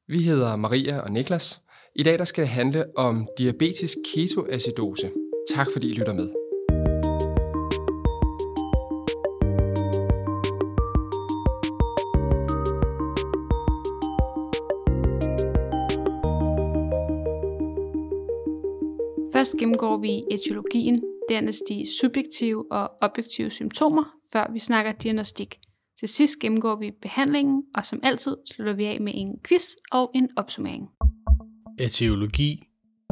Vi hedder Maria og Niklas. I dag der skal det handle om diabetisk ketoacidose. Tak fordi I lytter med. Først gennemgår vi etiologien, dernæst de subjektive og objektive symptomer, før vi snakker diagnostik. Til sidst gennemgår vi behandlingen, og som altid slutter vi af med en quiz og en opsummering. Etiologi.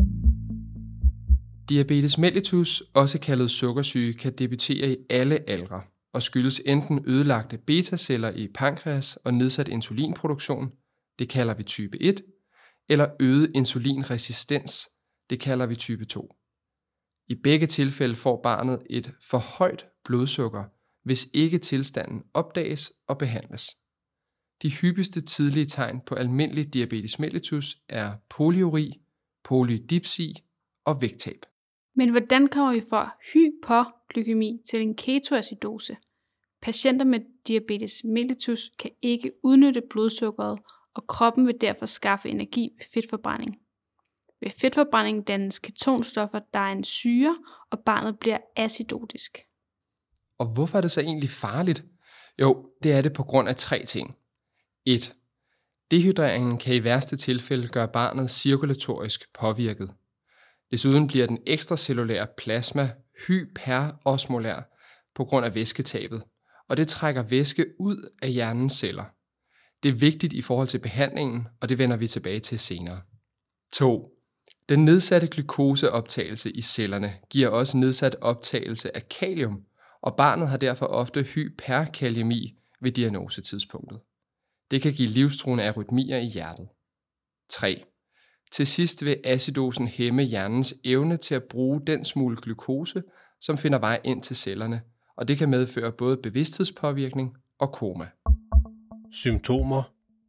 Diabetes mellitus, også kaldet sukkersyge, kan debutere i alle aldre og skyldes enten ødelagte betaceller i pankreas og nedsat insulinproduktion, det kalder vi type 1, eller øget insulinresistens, det kalder vi type 2. I begge tilfælde får barnet et for højt blodsukker, hvis ikke tilstanden opdages og behandles. De hyppigste tidlige tegn på almindelig diabetes mellitus er polyuri, polydipsi og vægttab. Men hvordan kommer vi fra hyperglykemi til en ketoacidose? Patienter med diabetes mellitus kan ikke udnytte blodsukkeret, og kroppen vil derfor skaffe energi ved fedtforbrænding. Ved fedtforbrænding dannes ketonstoffer, der er en syre, og barnet bliver acidotisk. Og hvorfor er det så egentlig farligt? Jo, det er det på grund af 3 ting. 1. Dehydreringen kan i værste tilfælde gøre barnet cirkulatorisk påvirket. Desuden bliver den ekstracellulære plasma hyperosmolær på grund af væsketabet, og det trækker væske ud af hjernens celler. Det er vigtigt i forhold til behandlingen, og det vender vi tilbage til senere. 2. Den nedsatte glukoseoptagelse i cellerne giver også nedsat optagelse af kalium, og barnet har derfor ofte hyperkaliemi ved diagnosetidspunktet. Det kan give livstruende arytmier i hjertet. 3. Til sidst vil acidosen hæmme hjernens evne til at bruge den smule glukose, som finder vej ind til cellerne, og det kan medføre både bevidsthedspåvirkning og koma. Symptomer.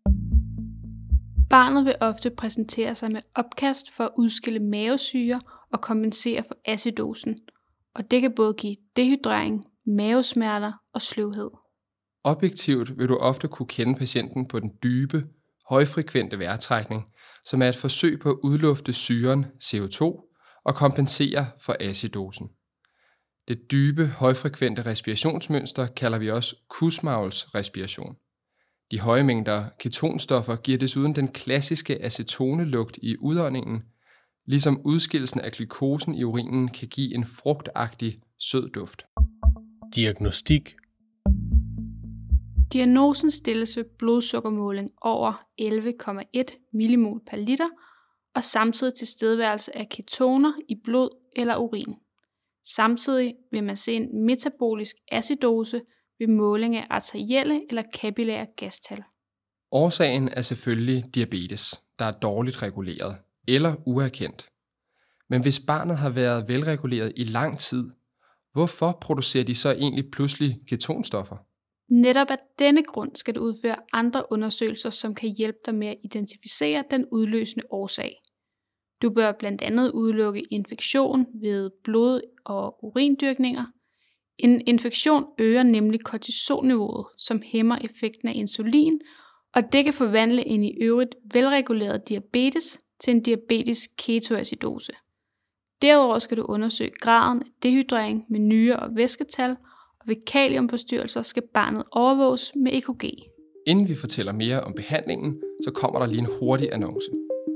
Barnet vil ofte præsentere sig med opkast for at udskille mavesyre og kompensere for acidosen, og det kan både give dehydrering, mavesmerter og sløvhed. Objektivt vil du ofte kunne kende patienten på den dybe, højfrekvente vejrtrækning, som er et forsøg på at udlufte syren CO2 og kompensere for acidosen. Det dybe, højfrekvente respirationsmønster kalder vi også Kussmaulsrespiration. De høje mængder ketonstoffer giver desuden den klassiske acetonelugt i udåndingen, ligesom udskillelsen af glukosen i urinen kan give en frugtagtig sød duft. Diagnostik. Diagnosen stilles ved blodsukkermåling over 11,1 millimol per liter og samtidig tilstedeværelse af ketoner i blod eller urin. Samtidig vil man se en metabolisk acidose ved måling af arterielle eller kapillære gastal. Årsagen er selvfølgelig diabetes, der er dårligt reguleret eller uerkendt. Men hvis barnet har været velreguleret i lang tid, hvorfor producerer de så egentlig pludselig ketonstoffer? Netop af denne grund skal du udføre andre undersøgelser, som kan hjælpe dig med at identificere den udløsende årsag. Du bør blandt andet udelukke infektion ved blod- og urindyrkninger. En infektion øger nemlig kortisolniveauet, som hæmmer effekten af insulin, og det kan forvandle en i øvrigt velreguleret diabetes til en diabetisk ketoacidose. Derudover skal du undersøge graden af dehydrering med nyre- og væsketal, og ved kaliumforstyrrelser skal barnet overvåges med EKG. Inden vi fortæller mere om behandlingen, så kommer der lige en hurtig annonce.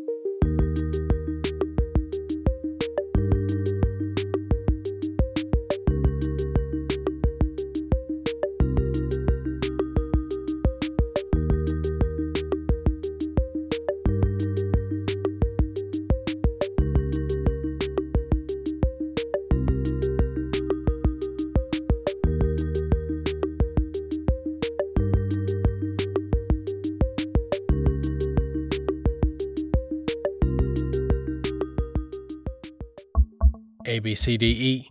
ABCDE.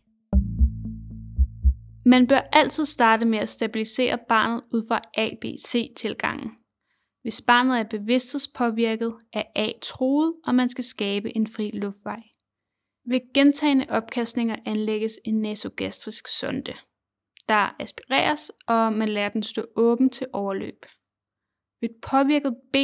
Man bør altid starte med at stabilisere barnet ud fra ABC-tilgangen. Hvis barnet er bevidsthedspåvirket, er A truet, og man skal skabe en fri luftvej. Ved gentagne opkastninger anlægges en nasogastrisk sonde. Der aspireres, og man lader den stå åben til overløb. Ved et påvirket B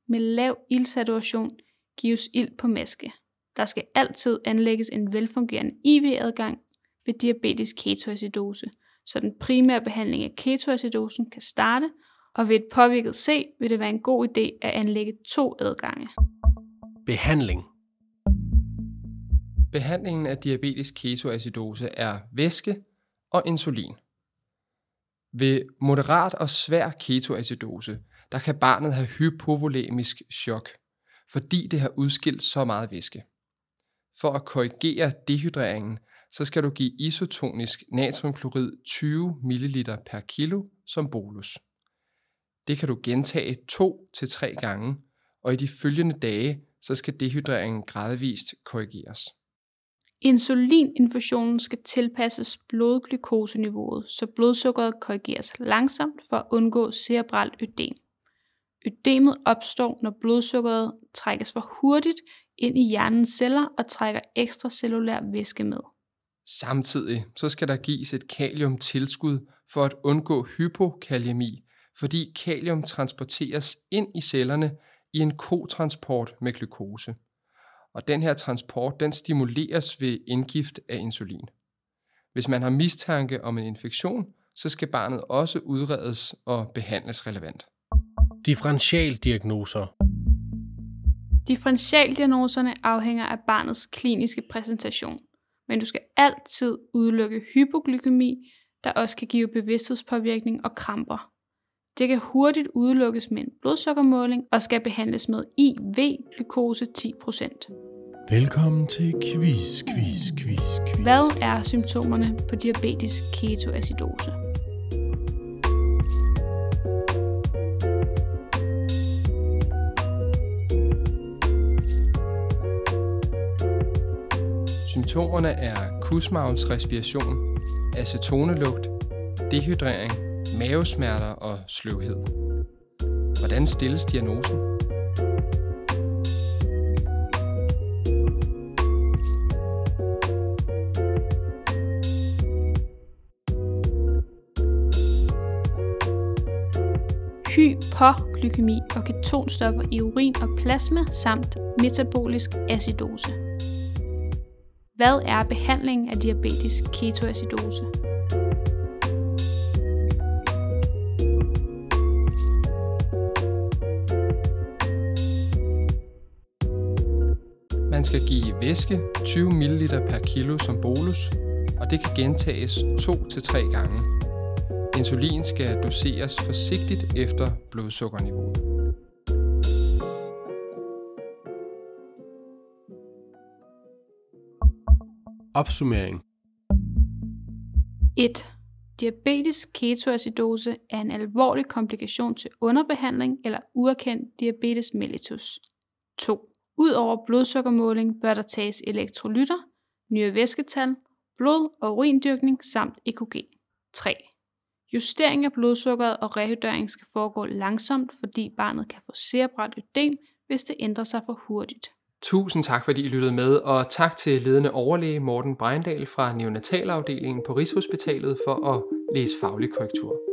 med lav ildsaturation gives ilt på maske. Der skal altid anlægges en velfungerende IV-adgang ved diabetisk ketoacidose, så den primære behandling af ketoacidosen kan starte, og ved et påvirket C vil det være en god idé at anlægge 2 adgange. Behandling. Behandlingen af diabetisk ketoacidose er væske og insulin. Ved moderat og svær ketoacidose, der kan barnet have hypovolemisk chok, fordi det har udskilt så meget væske. For at korrigere dehydreringen, så skal du give isotonisk natriumklorid 20 ml per kilo som bolus. Det kan du gentage 2-3 gange, og i de følgende dage, så skal dehydreringen gradvist korrigeres. Insulininfusionen skal tilpasses blodglukoseniveauet, så blodsukkeret korrigeres langsomt for at undgå cerebralt ødem. Ødemet opstår, når blodsukkeret trækkes for hurtigt ind i hjernens celler og trækker ekstracellulær væske med. Samtidig så skal der gives et kaliumtilskud for at undgå hypokaliemi, fordi kalium transporteres ind i cellerne i en kotransport med glukose. Og den her transport, den stimuleres ved indgift af insulin. Hvis man har mistanke om en infektion, så skal barnet også udredes og behandles relevant. Differentialdiagnoser. Differentialdiagnoserne afhænger af barnets kliniske præsentation, men du skal altid udelukke hypoglykemi, der også kan give bevidsthedspåvirkning og kramper. Det kan hurtigt udelukkes med en blodsukkermåling og skal behandles med IV-glukose 10%. Velkommen til quiz. Hvad er symptomerne på diabetisk ketoacidose? Symptomerne er kusmavnsrespiration, acetonelugt, dehydrering, mavesmerter og sløvhed. Hvordan stilles diagnosen? Hypoglykemi og ketonstoffer i urin og plasma samt metabolisk acidose. Hvad er behandlingen af diabetisk ketoacidose? Man skal give væske 20 ml per kilo som bolus, og det kan gentages 2-3 gange. Insulin skal doseres forsigtigt efter blodsukkerniveauet. Opsummering. 1. Diabetisk ketoacidose er en alvorlig komplikation til underbehandling eller uerkendt diabetes mellitus. 2. Udover blodsukkermåling bør der tages elektrolytter, nyrevæsketal, blod- og urindyrkning samt EKG. 3. Justering af blodsukkeret og rehydrering skal foregå langsomt, fordi barnet kan få cerebralt ødem, hvis det ændrer sig for hurtigt. Tusind tak, fordi I lyttede med, og tak til ledende overlæge Morten Breindal fra neonatalafdelingen på Rigshospitalet for at læse faglig korrektur.